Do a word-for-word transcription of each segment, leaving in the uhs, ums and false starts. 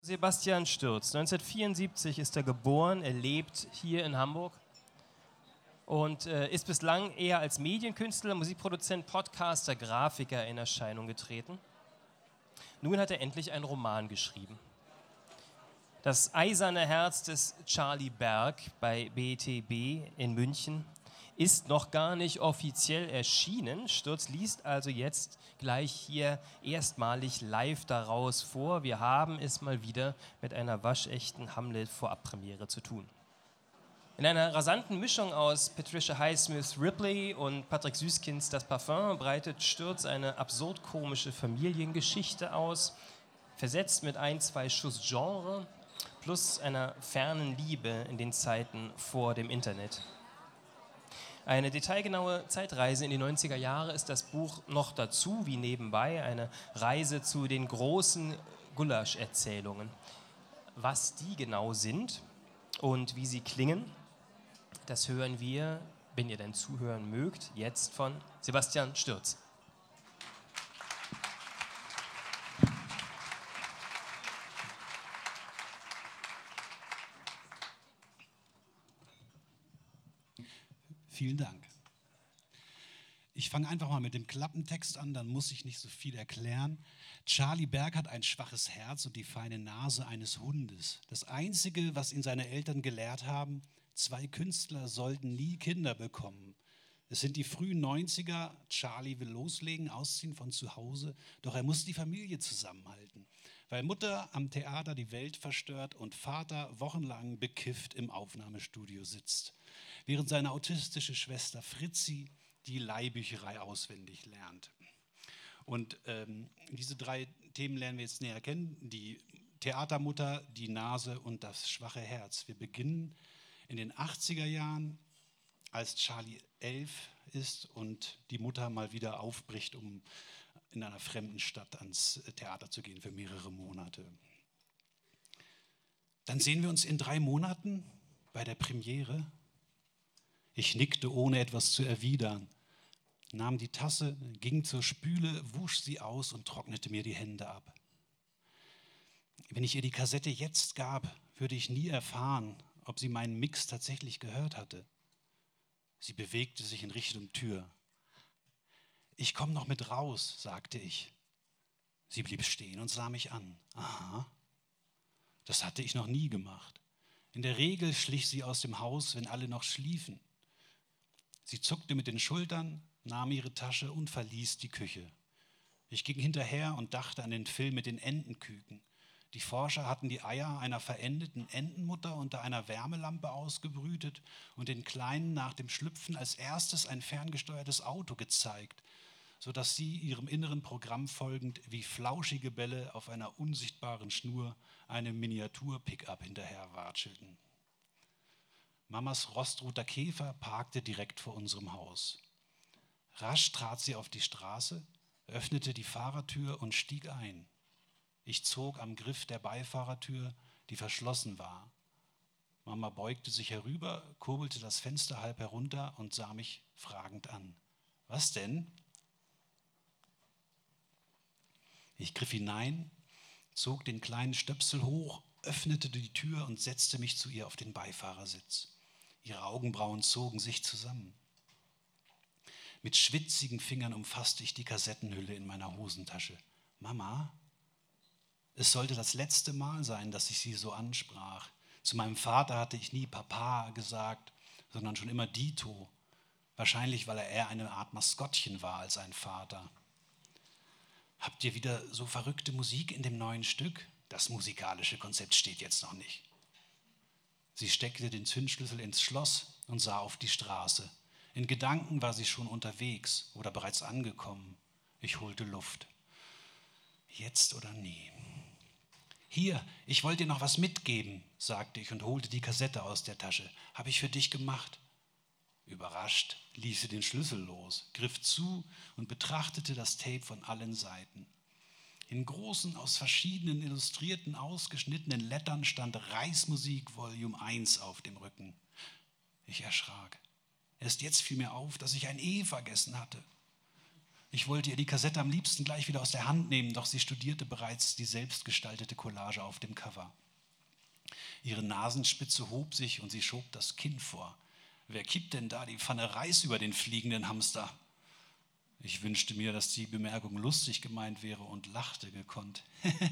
Sebastian Stürz. neunzehnhundertvierundsiebzig ist er geboren, er lebt hier in Hamburg und äh, ist bislang eher als Medienkünstler, Musikproduzent, Podcaster, Grafiker in Erscheinung getreten. Nun hat er endlich einen Roman geschrieben. Das eiserne Herz des Charlie Berg bei B T B in München ist noch gar nicht offiziell erschienen. Stürz liest also jetzt gleich hier erstmalig live daraus vor. Wir haben es mal wieder mit einer waschechten Hamlet-Vorabpremiere zu tun. In einer rasanten Mischung aus Patricia Highsmiths Ripley und Patrick Süskind's Das Parfum breitet Stürz eine absurd-komische Familiengeschichte aus, versetzt mit ein, zwei Schuss Genre plus einer fernen Liebe in den Zeiten vor dem Internet. Eine detailgenaue Zeitreise in die neunziger Jahre ist das Buch noch dazu, wie nebenbei, eine Reise zu den großen Gulasch-Erzählungen. Was die genau sind und wie sie klingen, das hören wir, wenn ihr denn zuhören mögt, jetzt von Sebastian Stürz. Vielen Dank. Ich fange einfach mal mit dem Klappentext an, dann muss ich nicht so viel erklären. Charlie Berg hat ein schwaches Herz und die feine Nase eines Hundes. Das Einzige, was ihn seine Eltern gelehrt haben, zwei Künstler sollten nie Kinder bekommen. Es sind die frühen neunziger, Charlie will loslegen, ausziehen von zu Hause, doch er muss die Familie zusammenhalten, weil Mutter am Theater die Welt verstört und Vater wochenlang bekifft im Aufnahmestudio sitzt, während seine autistische Schwester Fritzi die Leihbücherei auswendig lernt. Und ähm, diese drei Themen lernen wir jetzt näher kennen, die Theatermutter, die Nase und das schwache Herz. Wir beginnen in den achtziger Jahren, als Charlie elf ist und die Mutter mal wieder aufbricht, um in einer fremden Stadt ans Theater zu gehen für mehrere Monate. Dann sehen wir uns in drei Monaten bei der Premiere. Ich nickte, ohne etwas zu erwidern, nahm die Tasse, ging zur Spüle, wusch sie aus und trocknete mir die Hände ab. Wenn ich ihr die Kassette jetzt gab, würde ich nie erfahren, ob sie meinen Mix tatsächlich gehört hatte. Sie bewegte sich in Richtung Tür. Ich komme noch mit raus, sagte ich. Sie blieb stehen und sah mich an. Aha, das hatte ich noch nie gemacht. In der Regel schlich sie aus dem Haus, wenn alle noch schliefen. Sie zuckte mit den Schultern, nahm ihre Tasche und verließ die Küche. Ich ging hinterher und dachte an den Film mit den Entenküken. Die Forscher hatten die Eier einer verendeten Entenmutter unter einer Wärmelampe ausgebrütet und den Kleinen nach dem Schlüpfen als erstes ein ferngesteuertes Auto gezeigt, sodass sie ihrem inneren Programm folgend wie flauschige Bälle auf einer unsichtbaren Schnur einem Miniatur-Pickup hinterherwatschelten. Mamas rostroter Käfer parkte direkt vor unserem Haus. Rasch trat sie auf die Straße, öffnete die Fahrertür und stieg ein. Ich zog am Griff der Beifahrertür, die verschlossen war. Mama beugte sich herüber, kurbelte das Fenster halb herunter und sah mich fragend an. Was denn? Ich griff hinein, zog den kleinen Stöpsel hoch, öffnete die Tür und setzte mich zu ihr auf den Beifahrersitz. Ihre Augenbrauen zogen sich zusammen. Mit schwitzigen Fingern umfasste ich die Kassettenhülle in meiner Hosentasche. Mama? Es sollte das letzte Mal sein, dass ich sie so ansprach. Zu meinem Vater hatte ich nie Papa gesagt, sondern schon immer Dito. Wahrscheinlich, weil er eher eine Art Maskottchen war als ein Vater. Habt ihr wieder so verrückte Musik in dem neuen Stück? Das musikalische Konzept steht jetzt noch nicht. Sie steckte den Zündschlüssel ins Schloss und sah auf die Straße. In Gedanken war sie schon unterwegs oder bereits angekommen. Ich holte Luft. Jetzt oder nie. Hier, ich wollte dir noch was mitgeben, sagte ich und holte die Kassette aus der Tasche. Habe ich für dich gemacht. Überrascht ließ sie den Schlüssel los, griff zu und betrachtete das Tape von allen Seiten. In großen, aus verschiedenen illustrierten, ausgeschnittenen Lettern stand Reismusik Volume eins auf dem Rücken. Ich erschrak. Erst jetzt fiel mir auf, dass ich ein E vergessen hatte. Ich wollte ihr die Kassette am liebsten gleich wieder aus der Hand nehmen, doch sie studierte bereits die selbstgestaltete Collage auf dem Cover. Ihre Nasenspitze hob sich und sie schob das Kinn vor. Wer kippt denn da die Pfanne Reis über den fliegenden Hamster? Ich wünschte mir, dass die Bemerkung lustig gemeint wäre und lachte gekonnt.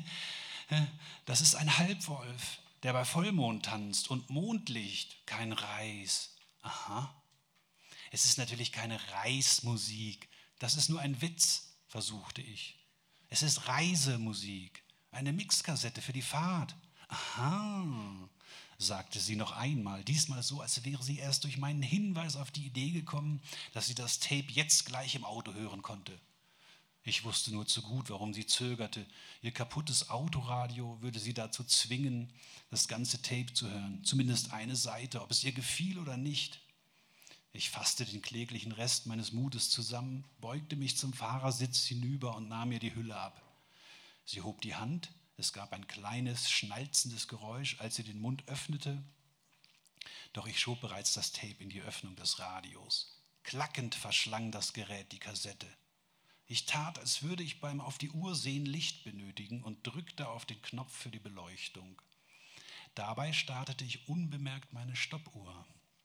Das ist ein Halbwolf, der bei Vollmond tanzt und Mondlicht, kein Reis. Aha. Es ist natürlich keine Reismusik. Das ist nur ein Witz, versuchte ich. Es ist Reisemusik, eine Mixkassette für die Fahrt. Aha, sagte sie noch einmal, diesmal so, als wäre sie erst durch meinen Hinweis auf die Idee gekommen, dass sie das Tape jetzt gleich im Auto hören konnte. Ich wusste nur zu gut, warum sie zögerte. Ihr kaputtes Autoradio würde sie dazu zwingen, das ganze Tape zu hören, zumindest eine Seite, ob es ihr gefiel oder nicht. Ich fasste den kläglichen Rest meines Mutes zusammen, beugte mich zum Fahrersitz hinüber und nahm ihr die Hülle ab. Sie hob die Hand, es gab ein kleines, schnalzendes Geräusch, als sie den Mund öffnete, doch ich schob bereits das Tape in die Öffnung des Radios. Klackend verschlang das Gerät die Kassette. Ich tat, als würde ich beim auf die Uhr sehen Licht benötigen und drückte auf den Knopf für die Beleuchtung. Dabei startete ich unbemerkt meine Stoppuhr.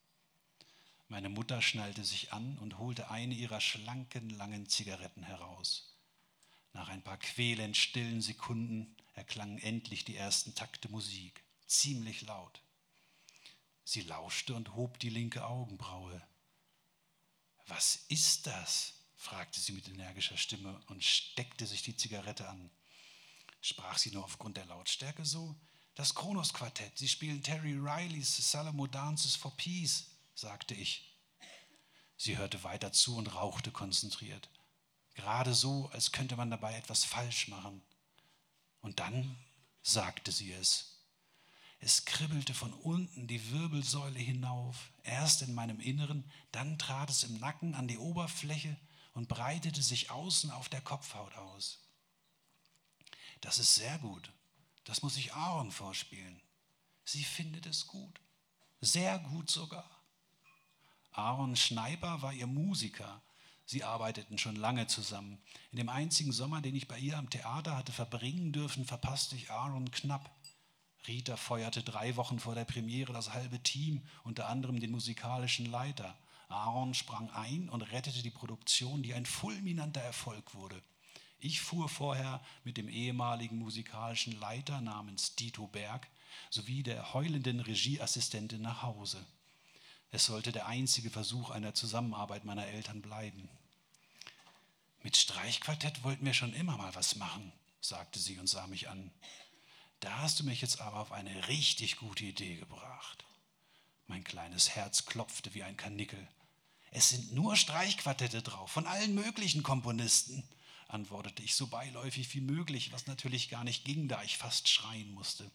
Meine Mutter schnallte sich an und holte eine ihrer schlanken, langen Zigaretten heraus. Nach ein paar quälend stillen Sekunden erklangen endlich die ersten Takte Musik, ziemlich laut. Sie lauschte und hob die linke Augenbraue. »Was ist das?« fragte sie mit energischer Stimme und steckte sich die Zigarette an. Sprach sie nur aufgrund der Lautstärke so? »Das Kronos-Quartett, sie spielen Terry Rileys Salamo Dances for Peace«, sagte ich. Sie hörte weiter zu und rauchte konzentriert. Gerade so, als könnte man dabei etwas falsch machen. Und dann sagte sie es. Es kribbelte von unten die Wirbelsäule hinauf, erst in meinem Inneren, dann trat es im Nacken an die Oberfläche und breitete sich außen auf der Kopfhaut aus. Das ist sehr gut. Das muss ich Aaron vorspielen. Sie findet es gut. Sehr gut sogar. Aaron Schneiper war ihr Musiker. Sie arbeiteten schon lange zusammen. In dem einzigen Sommer, den ich bei ihr am Theater hatte verbringen dürfen, verpasste ich Aaron knapp. Rita feuerte drei Wochen vor der Premiere das halbe Team, unter anderem den musikalischen Leiter. Aaron sprang ein und rettete die Produktion, die ein fulminanter Erfolg wurde. Ich fuhr vorher mit dem ehemaligen musikalischen Leiter namens Dito Berg sowie der heulenden Regieassistentin nach Hause. Es sollte der einzige Versuch einer Zusammenarbeit meiner Eltern bleiben. Mit Streichquartett wollten wir schon immer mal was machen, sagte sie und sah mich an. Da hast du mich jetzt aber auf eine richtig gute Idee gebracht. Mein kleines Herz klopfte wie ein Karnickel. Es sind nur Streichquartette drauf, von allen möglichen Komponisten, antwortete ich so beiläufig wie möglich, was natürlich gar nicht ging, da ich fast schreien musste.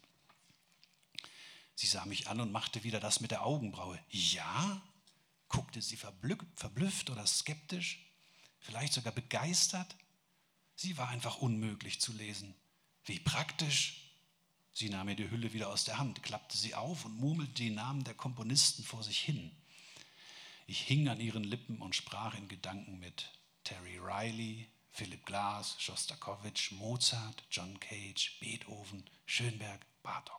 Sie sah mich an und machte wieder das mit der Augenbraue. Ja? Guckte sie verblüfft oder skeptisch, vielleicht sogar begeistert? Sie war einfach unmöglich zu lesen. Wie praktisch. Sie nahm mir die Hülle wieder aus der Hand, klappte sie auf und murmelte die Namen der Komponisten vor sich hin. Ich hing an ihren Lippen und sprach in Gedanken mit. Terry Riley, Philip Glass, Schostakowitsch, Mozart, John Cage, Beethoven, Schönberg, Bartók.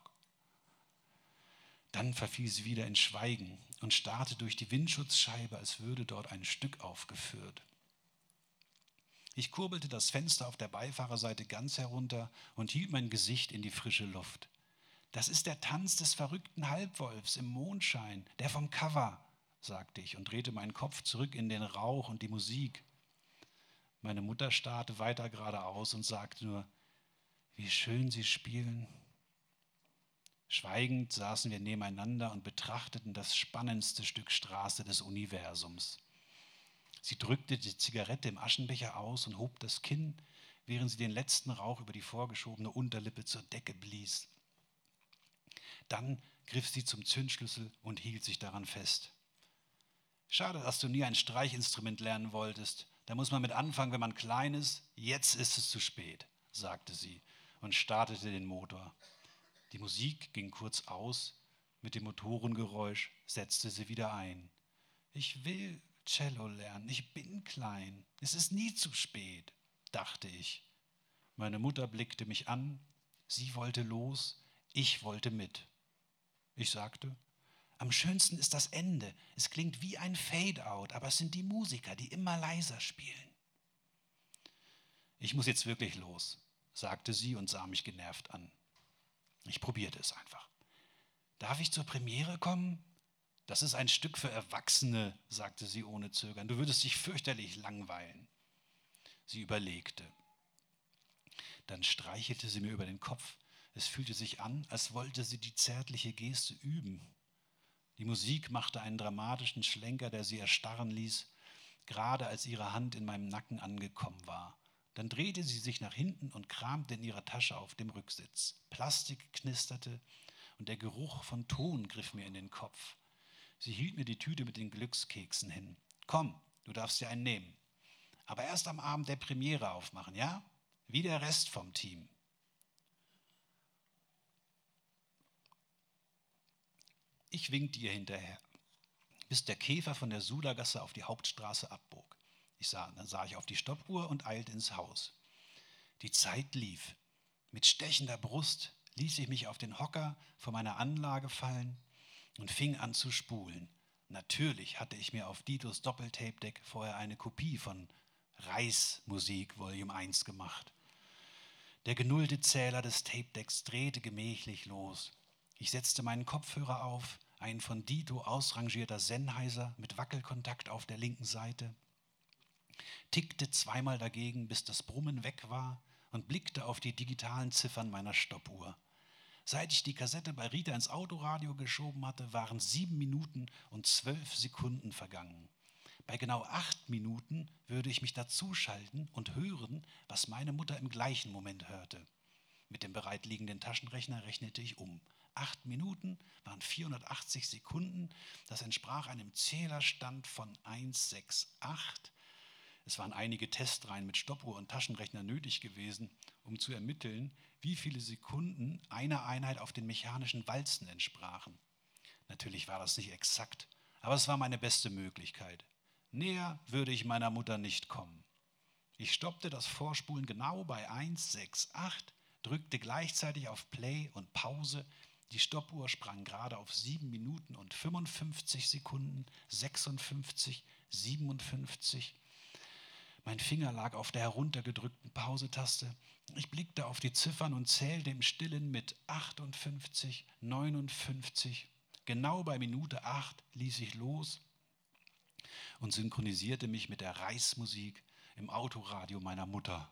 Dann verfiel sie wieder in Schweigen und starrte durch die Windschutzscheibe, als würde dort ein Stück aufgeführt. Ich kurbelte das Fenster auf der Beifahrerseite ganz herunter und hielt mein Gesicht in die frische Luft. Das ist der Tanz des verrückten Halbwolfs im Mondschein, der vom Cover, sagte ich und drehte meinen Kopf zurück in den Rauch und die Musik. Meine Mutter starrte weiter geradeaus und sagte nur, wie schön sie spielen. Schweigend saßen wir nebeneinander und betrachteten das spannendste Stück Straße des Universums. Sie drückte die Zigarette im Aschenbecher aus und hob das Kinn, während sie den letzten Rauch über die vorgeschobene Unterlippe zur Decke blies. Dann griff sie zum Zündschlüssel und hielt sich daran fest. Schade, dass du nie ein Streichinstrument lernen wolltest. Da muss man mit anfangen, wenn man klein ist. Jetzt ist es zu spät, sagte sie und startete den Motor. Die Musik ging kurz aus, mit dem Motorengeräusch setzte sie wieder ein. Ich will, Cello lernen. Ich bin klein. Es ist nie zu spät, dachte ich. Meine Mutter blickte mich an. Sie wollte los, ich wollte mit. Ich sagte, am schönsten ist das Ende. Es klingt wie ein Fade-out, aber es sind die Musiker, die immer leiser spielen. Ich muss jetzt wirklich los, sagte sie und sah mich genervt an. Ich probierte es einfach. Darf ich zur Premiere kommen? Das ist ein Stück für Erwachsene, sagte sie ohne Zögern. Du würdest dich fürchterlich langweilen. Sie überlegte. Dann streichelte sie mir über den Kopf. Es fühlte sich an, als wollte sie die zärtliche Geste üben. Die Musik machte einen dramatischen Schlenker, der sie erstarren ließ, gerade als ihre Hand in meinem Nacken angekommen war. Dann drehte sie sich nach hinten und kramte in ihrer Tasche auf dem Rücksitz. Plastik knisterte und der Geruch von Ton griff mir in den Kopf. Sie hielt mir die Tüte mit den Glückskeksen hin. Komm, du darfst dir einen nehmen. Aber erst am Abend der Premiere aufmachen, ja? Wie der Rest vom Team. Ich winkte ihr hinterher, bis der Käfer von der Sudergasse auf die Hauptstraße abbog. Ich sah, dann sah ich auf die Stoppuhr und eilte ins Haus. Die Zeit lief. Mit stechender Brust ließ ich mich auf den Hocker vor meiner Anlage fallen und fing an zu spulen. Natürlich hatte ich mir auf Ditos Doppeltape-Deck vorher eine Kopie von Reismusik Volume eins gemacht. Der genullte Zähler des Tape-Decks drehte gemächlich los. Ich setzte meinen Kopfhörer auf, ein von Dito ausrangierter Sennheiser mit Wackelkontakt auf der linken Seite, tickte zweimal dagegen, bis das Brummen weg war und blickte auf die digitalen Ziffern meiner Stoppuhr. Seit ich die Kassette bei Rita ins Autoradio geschoben hatte, waren sieben Minuten und zwölf Sekunden vergangen. Bei genau acht Minuten würde ich mich dazuschalten und hören, was meine Mutter im gleichen Moment hörte. Mit dem bereitliegenden Taschenrechner rechnete ich um. Acht Minuten waren vierhundertachtzig Sekunden. Das entsprach einem Zählerstand von hundertsechsundachtzig. Es waren einige Testreihen mit Stoppuhr und Taschenrechner nötig gewesen, um zu ermitteln, wie viele Sekunden einer Einheit auf den mechanischen Walzen entsprachen. Natürlich war das nicht exakt, aber es war meine beste Möglichkeit. Näher würde ich meiner Mutter nicht kommen. Ich stoppte das Vorspulen genau bei hundertachtundsechzig, drückte gleichzeitig auf Play und Pause. Die Stoppuhr sprang gerade auf sieben Minuten und fünfundfünfzig Sekunden, sechsundfünfzig, siebenundfünfzig. Mein Finger lag auf der heruntergedrückten Pausetaste. Ich blickte auf die Ziffern und zählte im Stillen mit achtundfünfzig, neunundfünfzig. Genau bei Minute acht ließ ich los und synchronisierte mich mit der Reismusik im Autoradio meiner Mutter.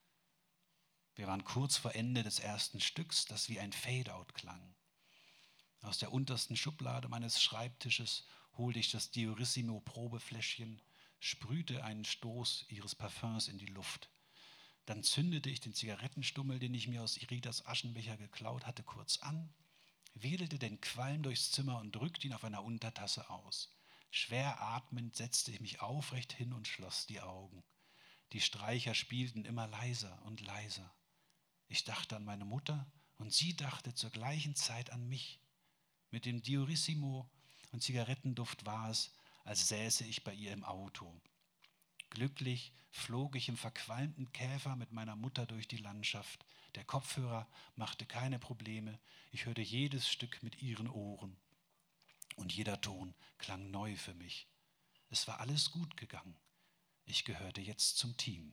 Wir waren kurz vor Ende des ersten Stücks, das wie ein Fade-out klang. Aus der untersten Schublade meines Schreibtisches holte ich das Diorissimo-Probefläschchen, sprühte einen Stoß ihres Parfüms in die Luft. Dann zündete ich den Zigarettenstummel, den ich mir aus Ritas Aschenbecher geklaut hatte, kurz an, wedelte den Qualm durchs Zimmer und drückte ihn auf einer Untertasse aus. Schwer atmend setzte ich mich aufrecht hin und schloss die Augen. Die Streicher spielten immer leiser und leiser. Ich dachte an meine Mutter und sie dachte zur gleichen Zeit an mich. Mit dem Diorissimo und Zigarettenduft war es, als säße ich bei ihr im Auto. Glücklich flog ich im verqualmten Käfer mit meiner Mutter durch die Landschaft. Der Kopfhörer machte keine Probleme. Ich hörte jedes Stück mit ihren Ohren. Und jeder Ton klang neu für mich. Es war alles gut gegangen. Ich gehörte jetzt zum Team.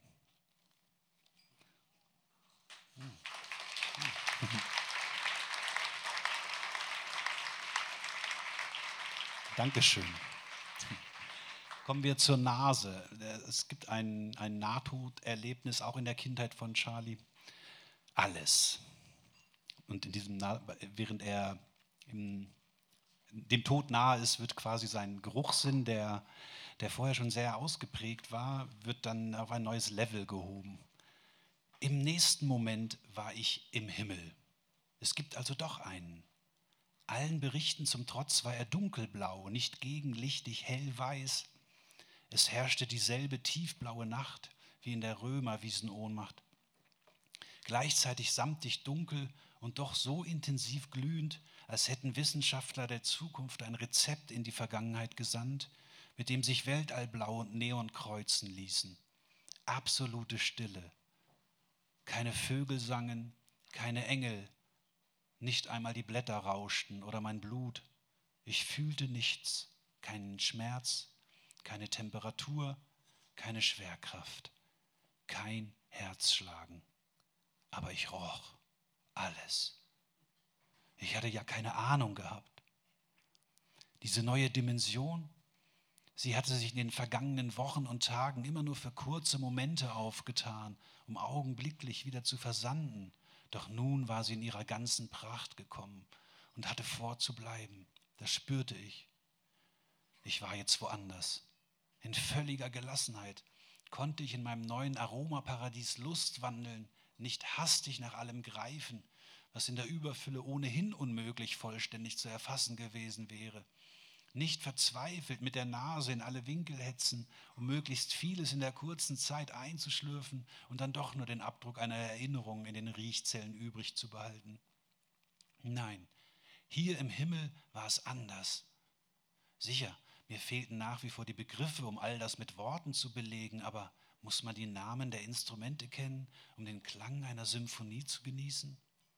Hm. Hm. Dankeschön. Kommen wir zur Nase. Es gibt ein, ein Nahtoderlebnis, auch in der Kindheit von Charlie. Alles. Und in diesem, während er im, dem Tod nahe ist, wird quasi sein Geruchssinn, der, der vorher schon sehr ausgeprägt war, wird dann auf ein neues Level gehoben. Im nächsten Moment war ich im Himmel. Es gibt also doch einen. Allen Berichten zum Trotz war er dunkelblau, nicht gegenlichtig hellweiß. Es herrschte dieselbe tiefblaue Nacht wie in der Römerwiesenohnmacht. Gleichzeitig samtig dunkel und doch so intensiv glühend, als hätten Wissenschaftler der Zukunft ein Rezept in die Vergangenheit gesandt, mit dem sich Weltallblau und Neon kreuzen ließen. Absolute Stille. Keine Vögel sangen, keine Engel, nicht einmal die Blätter rauschten oder mein Blut. Ich fühlte nichts, keinen Schmerz, keine Temperatur, keine Schwerkraft, kein Herzschlagen. Aber ich roch alles. Ich hatte ja keine Ahnung gehabt. Diese neue Dimension, sie hatte sich in den vergangenen Wochen und Tagen immer nur für kurze Momente aufgetan, um augenblicklich wieder zu versanden. Doch nun war sie in ihrer ganzen Pracht gekommen und hatte vor zu bleiben. Das spürte ich. Ich war jetzt woanders. In völliger Gelassenheit konnte ich in meinem neuen Aromaparadies Lust wandeln, nicht hastig nach allem greifen, was in der Überfülle ohnehin unmöglich vollständig zu erfassen gewesen wäre. Nicht verzweifelt mit der Nase in alle Winkel hetzen, um möglichst vieles in der kurzen Zeit einzuschlürfen und dann doch nur den Abdruck einer Erinnerung in den Riechzellen übrig zu behalten. Nein, hier im Himmel war es anders. Sicher, mir fehlten nach wie vor die Begriffe, um all das mit Worten zu belegen, aber muss man die Namen der Instrumente kennen, um den Klang einer Symphonie zu genießen?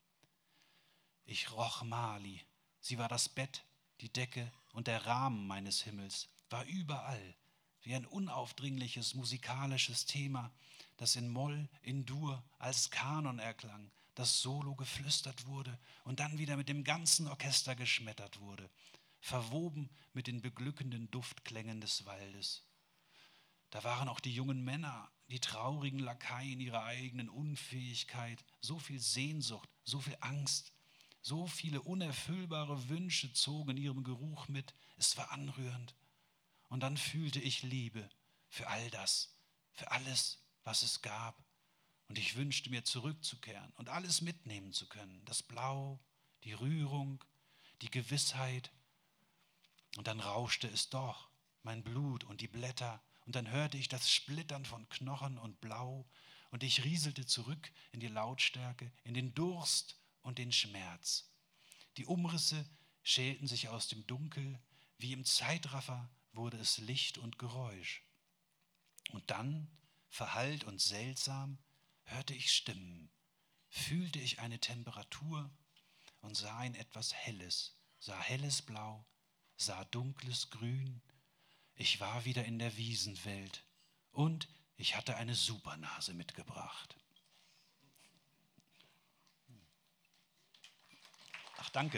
Ich roch Mali. Sie war das Bett, die Decke und der Rahmen meines Himmels, war überall, wie ein unaufdringliches musikalisches Thema, das in Moll, in Dur als Kanon erklang, das Solo geflüstert wurde und dann wieder mit dem ganzen Orchester geschmettert wurde, verwoben mit den beglückenden Duftklängen des Waldes. Da waren auch die jungen Männer, die traurigen Lakaien ihrer eigenen Unfähigkeit, so viel Sehnsucht, so viel Angst, so viele unerfüllbare Wünsche zogen in ihrem Geruch mit. Es war anrührend. Und dann fühlte ich Liebe für all das, für alles, was es gab. Und ich wünschte mir zurückzukehren und alles mitnehmen zu können. Das Blau, die Rührung, die Gewissheit. Und dann rauschte es doch, mein Blut und die Blätter. Und dann hörte ich das Splittern von Knochen und Blau. Und ich rieselte zurück in die Lautstärke, in den Durst und den Schmerz. Die Umrisse schälten sich aus dem Dunkel, wie im Zeitraffer wurde es Licht und Geräusch. Und dann, verhallt und seltsam, hörte ich Stimmen, fühlte ich eine Temperatur und sah in etwas Helles, sah helles Blau, sah dunkles Grün. Ich war wieder in der Wiesenwelt und ich hatte eine Supernase mitgebracht. Ach, danke.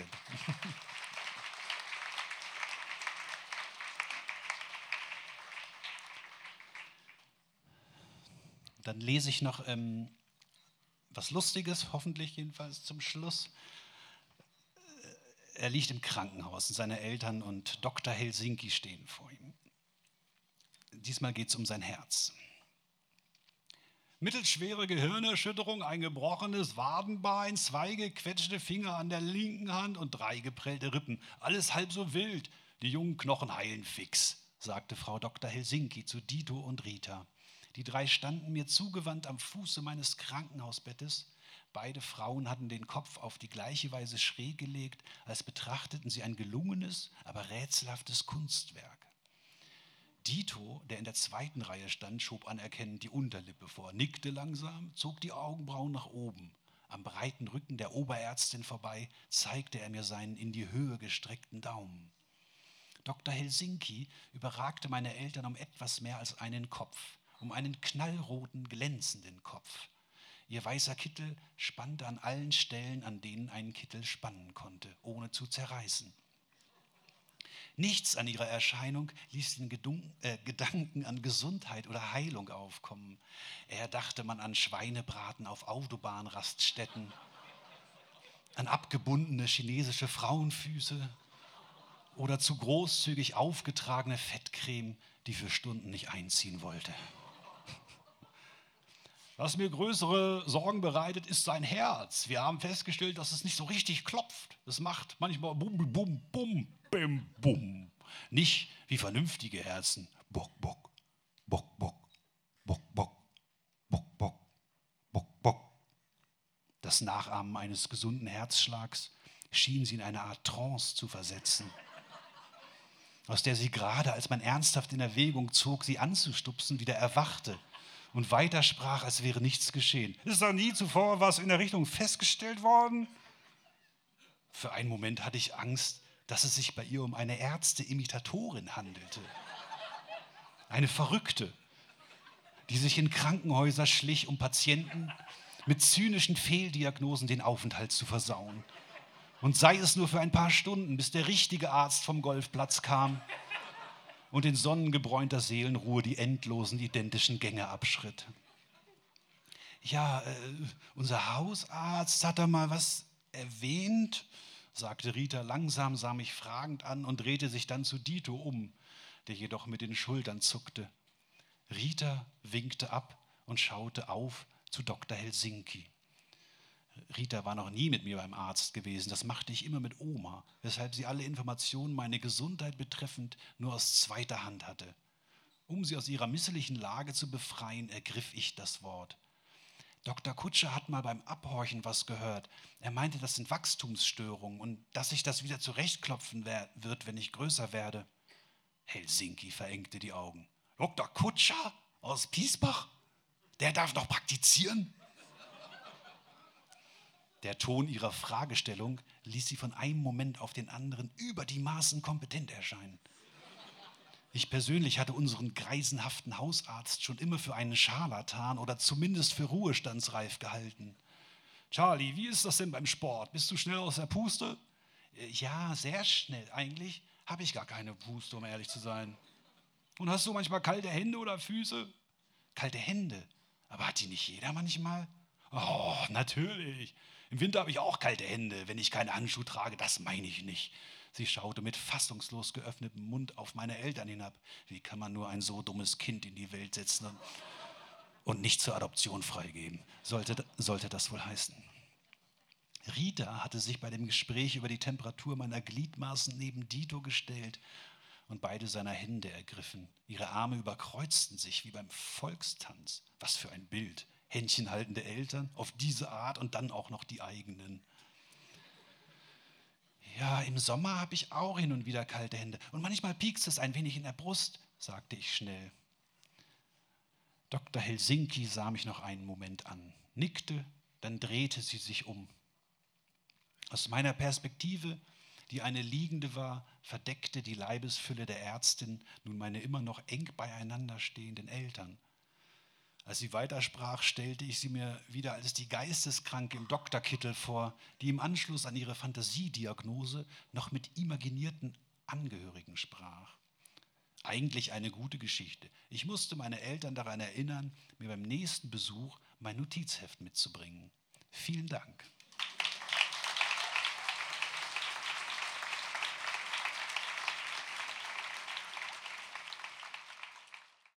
Dann lese ich noch ähm, was Lustiges, hoffentlich jedenfalls zum Schluss. Er liegt im Krankenhaus und seine Eltern und Doktor Helsinki stehen vor ihm. Diesmal geht es um sein Herz. Mittelschwere Gehirnerschütterung, ein gebrochenes Wadenbein, zwei gequetschte Finger an der linken Hand und drei geprellte Rippen. Alles halb so wild. Die jungen Knochen heilen fix, sagte Frau Doktor Helsinki zu Dito und Rita. Die drei standen mir zugewandt am Fuße meines Krankenhausbettes. Beide Frauen hatten den Kopf auf die gleiche Weise schräg gelegt, als betrachteten sie ein gelungenes, aber rätselhaftes Kunstwerk. Dito, der in der zweiten Reihe stand, schob anerkennend die Unterlippe vor, nickte langsam, zog die Augenbrauen nach oben. Am breiten Rücken der Oberärztin vorbei zeigte er mir seinen in die Höhe gestreckten Daumen. Doktor Helsinki überragte meine Eltern um etwas mehr als einen Kopf, um einen knallroten, glänzenden Kopf. Ihr weißer Kittel spannte an allen Stellen, an denen ein Kittel spannen konnte, ohne zu zerreißen. Nichts an ihrer Erscheinung ließ den Gedun- äh, Gedanken an Gesundheit oder Heilung aufkommen. Eher dachte man an Schweinebraten auf Autobahnraststätten, an abgebundene chinesische Frauenfüße oder zu großzügig aufgetragene Fettcreme, die für Stunden nicht einziehen wollte. Was mir größere Sorgen bereitet, ist sein Herz. Wir haben festgestellt, dass es nicht so richtig klopft. Es macht manchmal bum, bum, bum, bim, bum. Nicht wie vernünftige Herzen. Bock, bock, bock, bock, bock, bock, bock, bock, bock, bock. Das Nachahmen eines gesunden Herzschlags schien sie in eine Art Trance zu versetzen. aus der sie gerade, als man ernsthaft in Erwägung zog, sie anzustupsen, wieder erwachte und weitersprach, als wäre nichts geschehen. Ist da nie zuvor was in der Richtung festgestellt worden? Für einen Moment hatte ich Angst, dass es sich bei ihr um eine Ärzte-Imitatorin handelte. Eine Verrückte, die sich in Krankenhäuser schlich, um Patienten mit zynischen Fehldiagnosen den Aufenthalt zu versauen. Und sei es nur für ein paar Stunden, bis der richtige Arzt vom Golfplatz kam und in sonnengebräunter Seelenruhe die endlosen identischen Gänge abschritt. Ja, äh, unser Hausarzt hat da mal was erwähnt, sagte Rita langsam, sah mich fragend an und drehte sich dann zu Dito um, der jedoch mit den Schultern zuckte. Rita winkte ab und schaute auf zu Doktor Helsinki. Rita war noch nie mit mir beim Arzt gewesen, das machte ich immer mit Oma, weshalb sie alle Informationen meine Gesundheit betreffend nur aus zweiter Hand hatte. Um sie aus ihrer misslichen Lage zu befreien, ergriff ich das Wort. Doktor Kutscher hat mal beim Abhorchen was gehört. Er meinte, das sind Wachstumsstörungen und dass sich das wieder zurechtklopfen wird, wenn ich größer werde. Helsinki verengte die Augen. Doktor Kutscher aus Piesbach? Der darf noch praktizieren? Der Ton ihrer Fragestellung ließ sie von einem Moment auf den anderen über die Maßen kompetent erscheinen. Ich persönlich hatte unseren greisenhaften Hausarzt schon immer für einen Scharlatan oder zumindest für ruhestandsreif gehalten. Charlie, wie ist das denn beim Sport? Bist du schnell aus der Puste? Ja, sehr schnell. Eigentlich habe ich gar keine Puste, um ehrlich zu sein. Und hast du manchmal kalte Hände oder Füße? Kalte Hände? Aber hat die nicht jeder manchmal? Oh, natürlich. Im Winter habe ich auch kalte Hände, wenn ich keine Handschuhe trage. Das meine ich nicht. Sie schaute mit fassungslos geöffnetem Mund auf meine Eltern hinab. Wie kann man nur ein so dummes Kind in die Welt setzen und nicht zur Adoption freigeben? Sollte, sollte das wohl heißen. Rita hatte sich bei dem Gespräch über die Temperatur meiner Gliedmaßen neben Dito gestellt und beide seiner Hände ergriffen. Ihre Arme überkreuzten sich wie beim Volkstanz. Was für ein Bild. Händchenhaltende Eltern auf diese Art und dann auch noch die eigenen. Ja, im Sommer habe ich auch hin und wieder kalte Hände und manchmal piekst es ein wenig in der Brust, sagte ich schnell. Doktor Helsinki sah mich noch einen Moment an, nickte, dann drehte sie sich um. Aus meiner Perspektive, die eine liegende war, verdeckte die Leibesfülle der Ärztin nun meine immer noch eng beieinander stehenden Eltern. Als sie weitersprach, stellte ich sie mir wieder als die Geisteskranke im Doktorkittel vor, die im Anschluss an ihre Fantasiediagnose noch mit imaginierten Angehörigen sprach. Eigentlich eine gute Geschichte. Ich musste meine Eltern daran erinnern, mir beim nächsten Besuch mein Notizheft mitzubringen. Vielen Dank.